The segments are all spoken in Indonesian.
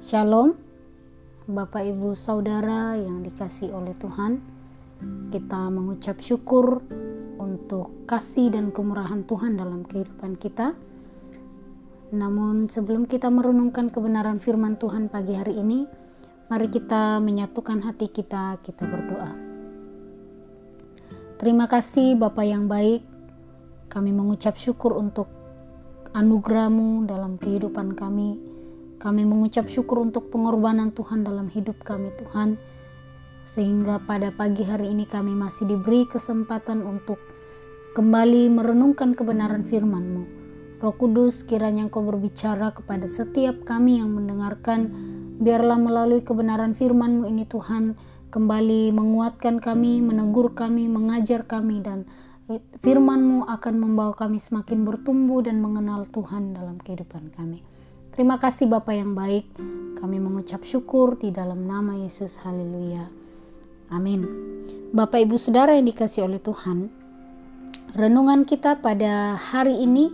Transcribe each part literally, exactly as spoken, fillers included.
Shalom, Bapak Ibu Saudara yang dikasihi oleh Tuhan. Kita mengucap syukur untuk kasih dan kemurahan Tuhan dalam kehidupan kita. Namun sebelum kita merenungkan kebenaran firman Tuhan pagi hari ini, mari kita menyatukan hati kita, kita berdoa. Terima kasih Bapa yang baik, kami mengucap syukur untuk anugerah-Mu dalam kehidupan kami. Kami mengucap syukur untuk pengorbanan Tuhan dalam hidup kami Tuhan, sehingga pada pagi hari ini kami masih diberi kesempatan untuk kembali merenungkan kebenaran firman-Mu. Roh Kudus, kiranya Engkau berbicara kepada setiap kami yang mendengarkan, biarlah melalui kebenaran firman-Mu ini Tuhan, kembali menguatkan kami, menegur kami, mengajar kami, dan firman-Mu akan membawa kami semakin bertumbuh dan mengenal Tuhan dalam kehidupan kami. Terima kasih Bapa yang baik, kami mengucap syukur di dalam nama Yesus, haleluya, amin. Bapak Ibu Saudara yang dikasihi oleh Tuhan, renungan kita pada hari ini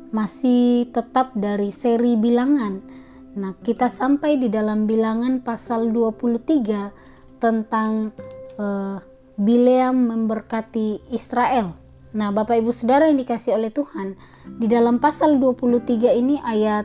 masih tetap dari seri bilangan. Nah, kita sampai di dalam bilangan pasal dua puluh tiga tentang uh, Bileam memberkati Israel. Nah, Bapak Ibu Saudara yang dikasihi oleh Tuhan, di dalam pasal dua puluh tiga ini ayat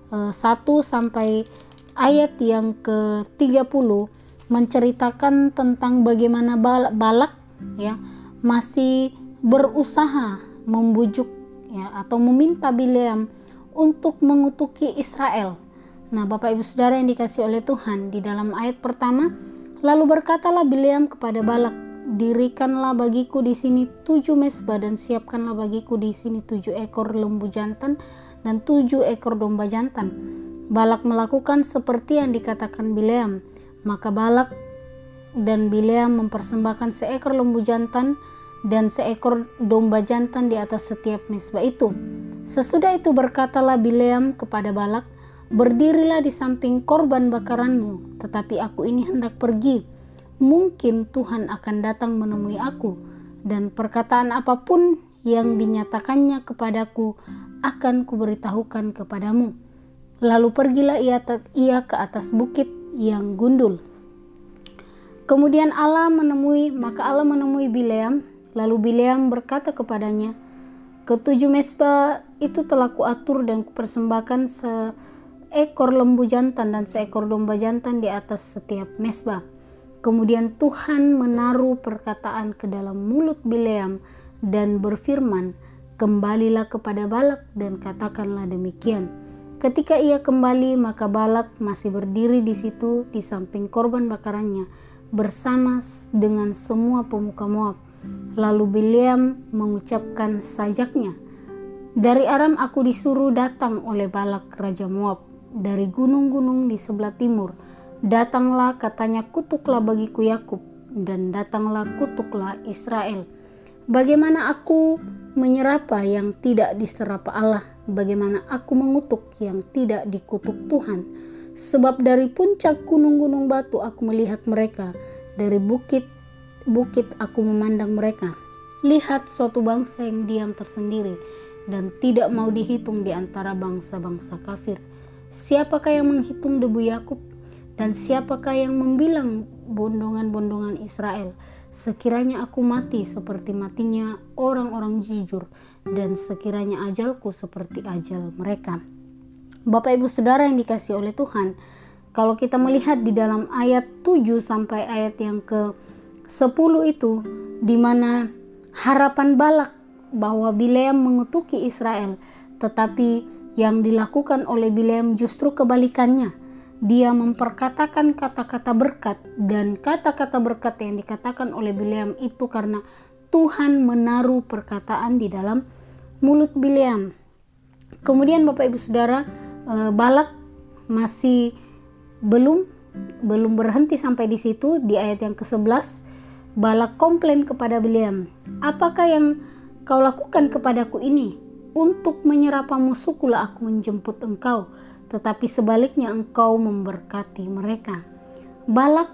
satu sampai ayat yang ke tiga puluh menceritakan tentang bagaimana Balak ya masih berusaha membujuk ya atau meminta Bileam untuk mengutuki Israel. Nah, Bapak Ibu Saudara yang dikasihi oleh Tuhan, di dalam ayat pertama, lalu berkatalah Bileam kepada Balak, dirikanlah bagiku di sini tujuh mezbah dan siapkanlah bagiku di sini tujuh ekor lembu jantan dan tujuh ekor domba jantan. Balak melakukan seperti yang dikatakan Bileam. Maka Balak dan Bileam mempersembahkan seekor lembu jantan dan seekor domba jantan di atas setiap mezbah itu. Sesudah itu berkatalah Bileam kepada Balak, berdirilah di samping korban bakaranmu, tetapi aku ini hendak pergi. Mungkin Tuhan akan datang menemui aku, dan perkataan apapun yang dinyatakannya kepadaku akan kuberitahukan kepadamu. Lalu pergilah ia, ia ke atas bukit yang gundul. Kemudian Allah menemui, maka Allah menemui Bileam. Lalu Bileam berkata kepadanya, ketujuh mezbah itu telah kuatur dan kupersembahkan seekor lembu jantan dan seekor domba jantan di atas setiap mezbah. Kemudian Tuhan menaruh perkataan ke dalam mulut Bileam dan berfirman, kembalilah kepada Balak dan katakanlah demikian. Ketika ia kembali, maka Balak masih berdiri di situ di samping korban bakarannya bersama dengan semua pemuka Moab. Lalu Bileam mengucapkan sajaknya, dari Aram aku disuruh datang oleh Balak raja Moab dari gunung-gunung di sebelah timur. Datanglah, katanya, kutuklah bagiku Yakub, dan datanglah kutuklah Israel. Bagaimana aku menyerapa yang tidak diserapa Allah, bagaimana aku mengutuk yang tidak dikutuk Tuhan. Sebab dari puncak gunung-gunung batu aku melihat mereka, dari bukit-bukit aku memandang mereka. Lihat, suatu bangsa yang diam tersendiri dan tidak mau dihitung di antara bangsa-bangsa kafir. Siapakah yang menghitung debu Yakub? Dan siapakah yang membilang bondongan-bondongan Israel? Sekiranya aku mati seperti matinya orang-orang jujur, dan sekiranya ajalku seperti ajal mereka. Bapak Ibu Saudara yang dikasihi oleh Tuhan, kalau kita melihat di dalam ayat tujuh sampai ayat yang ke sepuluh itu, di mana harapan Balak bahwa Bileam mengutuki Israel, tetapi yang dilakukan oleh Bileam justru kebalikannya. Dia memperkatakan kata-kata berkat, dan kata-kata berkat yang dikatakan oleh Bileam itu karena Tuhan menaruh perkataan di dalam mulut Bileam. Kemudian Bapak Ibu Saudara, Balak masih belum belum berhenti sampai di situ. Di ayat yang ke sebelas, Balak komplain kepada Bileam, apakah yang kau lakukan kepadaku ini? Untuk menyerapa musuhkulah aku menjemput engkau, tetapi sebaliknya engkau memberkati mereka. Balak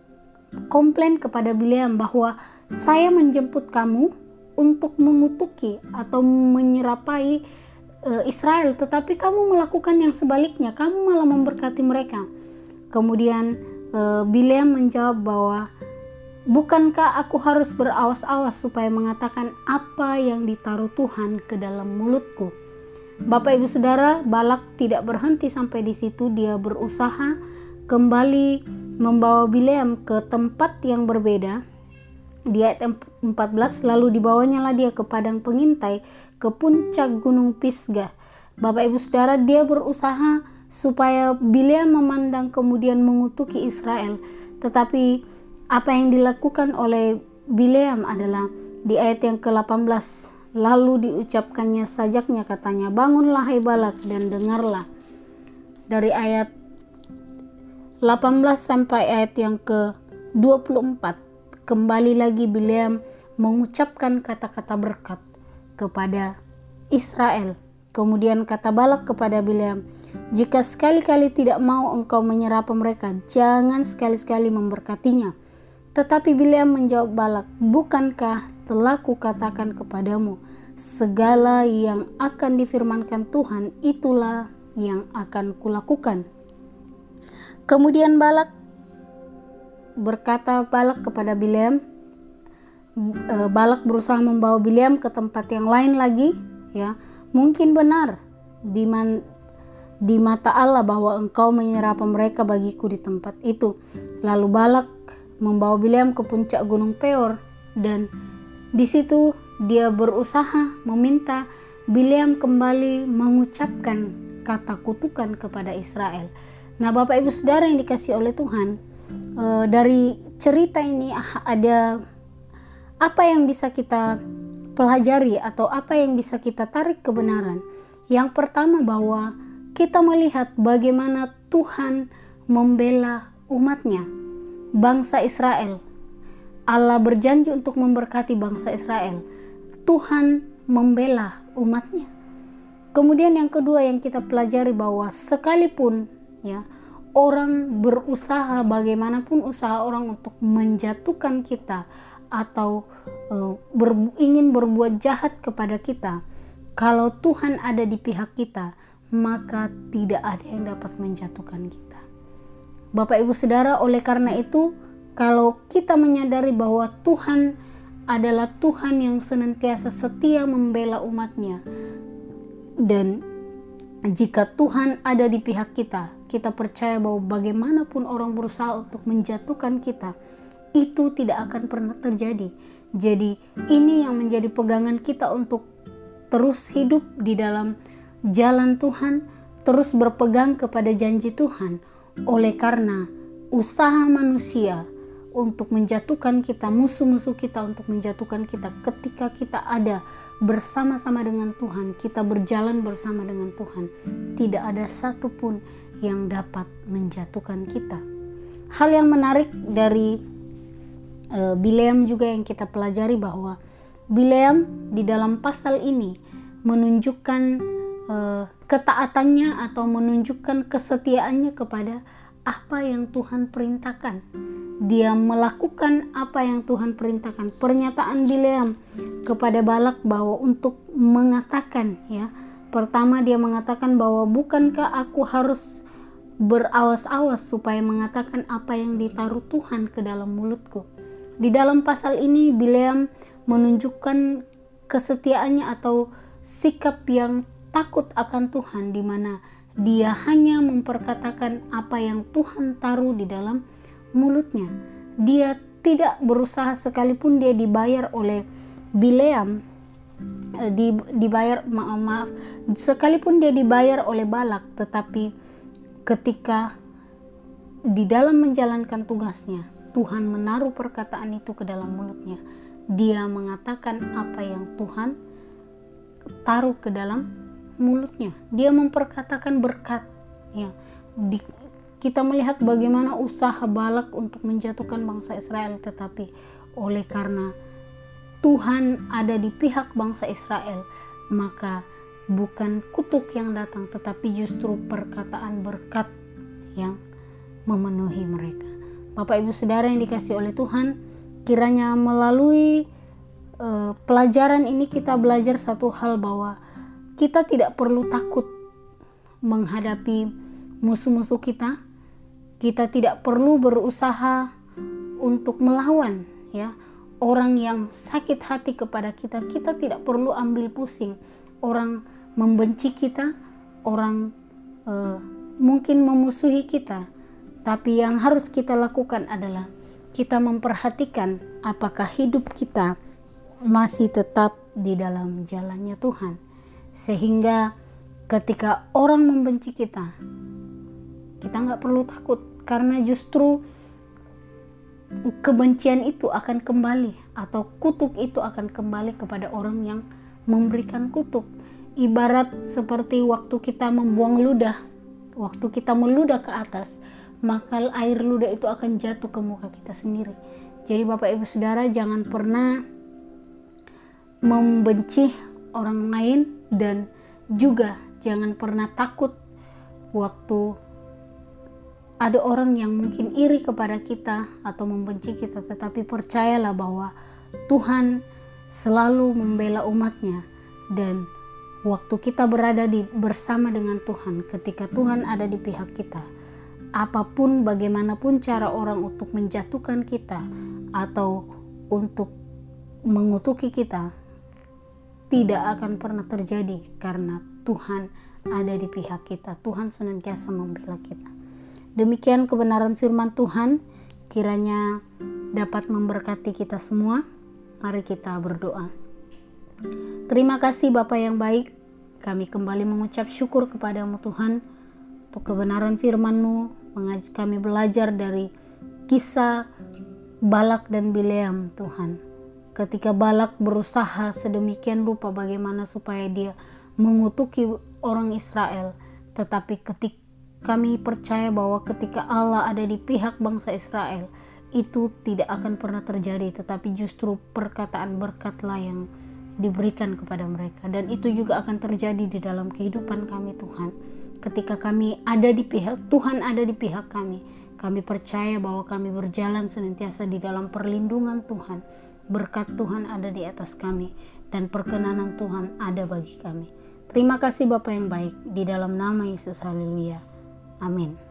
komplain kepada Bileam bahwa saya menjemput kamu untuk mengutuki atau menyerapai e, Israel, tetapi kamu melakukan yang sebaliknya, kamu malah memberkati mereka. Kemudian uh, Bileam menjawab bahwa, bukankah aku harus berawas-awas supaya mengatakan apa yang ditaruh Tuhan ke dalam mulutku? Bapak Ibu Saudara, Balak tidak berhenti sampai di situ. Dia berusaha kembali membawa Bileam ke tempat yang berbeda. Di ayat empat belas, lalu dibawanya lah dia ke padang pengintai, ke puncak gunung Pisgah. Bapak Ibu Saudara, dia berusaha supaya Bileam memandang kemudian mengutuki Israel. Tetapi apa yang dilakukan oleh Bileam adalah di ayat yang ke delapan belas, lalu diucapkannya sajaknya, katanya, bangunlah hai Balak dan dengarlah. Dari ayat delapan belas sampai ayat yang ke dua puluh empat, kembali lagi Bileam mengucapkan kata-kata berkat kepada Israel. Kemudian kata Balak kepada Bileam, jika sekali-kali tidak mau engkau menyerapa mereka, jangan sekali-sekali memberkatinya. Tetapi Bileam menjawab Balak, bukankah telah kukatakan kepadamu, segala yang akan difirmankan Tuhan itulah yang akan kulakukan. Kemudian Balak berkata Balak kepada Bileam, Balak berusaha membawa Bileam ke tempat yang lain lagi, ya. Mungkin benar di man, di mata Allah bahwa engkau menyerapa mereka bagiku di tempat itu. Lalu Balak membawa Bileam ke puncak gunung Peor, dan di situ dia berusaha meminta Bileam kembali mengucapkan kata kutukan kepada Israel. Nah, Bapak Ibu Saudara yang dikasihi oleh Tuhan, e, dari cerita ini ada apa yang bisa kita pelajari atau apa yang bisa kita tarik kebenaran. Yang pertama, bahwa kita melihat bagaimana Tuhan membela umatnya, bangsa Israel. Allah berjanji untuk memberkati bangsa Israel. Tuhan membela umatnya. Kemudian yang kedua yang kita pelajari, bahwa sekalipun ya orang berusaha, bagaimanapun usaha orang untuk menjatuhkan kita atau uh, ber, ingin berbuat jahat kepada kita, kalau Tuhan ada di pihak kita, maka tidak ada yang dapat menjatuhkan kita. Bapak Ibu Saudara, oleh karena itu, kalau kita menyadari bahwa Tuhan adalah Tuhan yang senantiasa setia membela umatnya, dan jika Tuhan ada di pihak kita, kita percaya bahwa bagaimanapun orang berusaha untuk menjatuhkan kita, itu tidak akan pernah terjadi. Jadi ini yang menjadi pegangan kita untuk terus hidup di dalam jalan Tuhan, terus berpegang kepada janji Tuhan. Oleh karena usaha manusia untuk menjatuhkan kita, musuh-musuh kita untuk menjatuhkan kita, ketika kita ada bersama-sama dengan Tuhan, kita berjalan bersama dengan Tuhan, tidak ada satupun yang dapat menjatuhkan kita. Hal yang menarik dari uh, Bileam juga yang kita pelajari, bahwa Bileam di dalam pasal ini menunjukkan uh, ketaatannya atau menunjukkan kesetiaannya kepada apa yang Tuhan perintahkan. Dia melakukan apa yang Tuhan perintahkan. Pernyataan Bileam kepada Balak bahwa untuk mengatakan, ya, pertama dia mengatakan bahwa bukankah aku harus berawas-awas supaya mengatakan apa yang ditaruh Tuhan ke dalam mulutku. Di dalam pasal ini Bileam menunjukkan kesetiaannya atau sikap yang takut akan Tuhan, di mana dia hanya memperkatakan apa yang Tuhan taruh di dalam mulutnya. Dia tidak berusaha, sekalipun dia dibayar oleh Bileam, di, dibayar maaf, maaf sekalipun dia dibayar oleh Balak, tetapi ketika di dalam menjalankan tugasnya, Tuhan menaruh perkataan itu ke dalam mulutnya. Dia mengatakan apa yang Tuhan taruh ke dalam mulutnya. Dia memperkatakan berkat, ya. Di, kita melihat bagaimana usaha Balak untuk menjatuhkan bangsa Israel, tetapi oleh karena Tuhan ada di pihak bangsa Israel, maka bukan kutuk yang datang, tetapi justru perkataan berkat yang memenuhi mereka. Bapak Ibu Saudara yang dikasihi oleh Tuhan, kiranya melalui uh, pelajaran ini kita belajar satu hal, bahwa kita tidak perlu takut menghadapi musuh-musuh kita. Kita tidak perlu berusaha untuk melawan ya orang yang sakit hati kepada kita. Kita tidak perlu ambil pusing. Orang membenci kita, orang uh, mungkin memusuhi kita. Tapi yang harus kita lakukan adalah kita memperhatikan apakah hidup kita masih tetap di dalam jalannya Tuhan. Sehingga ketika orang membenci kita, kita nggak perlu takut, karena justru kebencian itu akan kembali, atau kutuk itu akan kembali kepada orang yang memberikan kutuk. Ibarat seperti waktu kita membuang ludah, waktu kita meludah ke atas, maka air ludah itu akan jatuh ke muka kita sendiri. Jadi Bapak Ibu Saudara, jangan pernah membenci orang lain, dan juga jangan pernah takut waktu ada orang yang mungkin iri kepada kita atau membenci kita. Tetapi percayalah bahwa Tuhan selalu membela umatnya, dan waktu kita berada di bersama dengan Tuhan, ketika Tuhan ada di pihak kita, apapun bagaimanapun cara orang untuk menjatuhkan kita atau untuk mengutuki kita, tidak akan pernah terjadi, karena Tuhan ada di pihak kita. Tuhan senantiasa membela kita. Demikian kebenaran firman Tuhan, kiranya dapat memberkati kita semua. Mari kita berdoa. Terima kasih Bapa yang baik, kami kembali mengucap syukur kepadamu Tuhan, untuk kebenaran firman-Mu. Kami belajar dari kisah Balak dan Bileam Tuhan. Ketika Balak berusaha sedemikian rupa bagaimana supaya dia mengutuki orang Israel, tetapi ketika kami percaya bahwa ketika Allah ada di pihak bangsa Israel, itu tidak akan pernah terjadi, tetapi justru perkataan berkatlah yang diberikan kepada mereka. Dan itu juga akan terjadi di dalam kehidupan kami Tuhan. Ketika kami ada di pihak Tuhan, ada di pihak kami, kami percaya bahwa kami berjalan senantiasa di dalam perlindungan Tuhan. Berkat Tuhan ada di atas kami, dan perkenanan Tuhan ada bagi kami. Terima kasih Bapa yang baik, di dalam nama Yesus, haleluya, amin.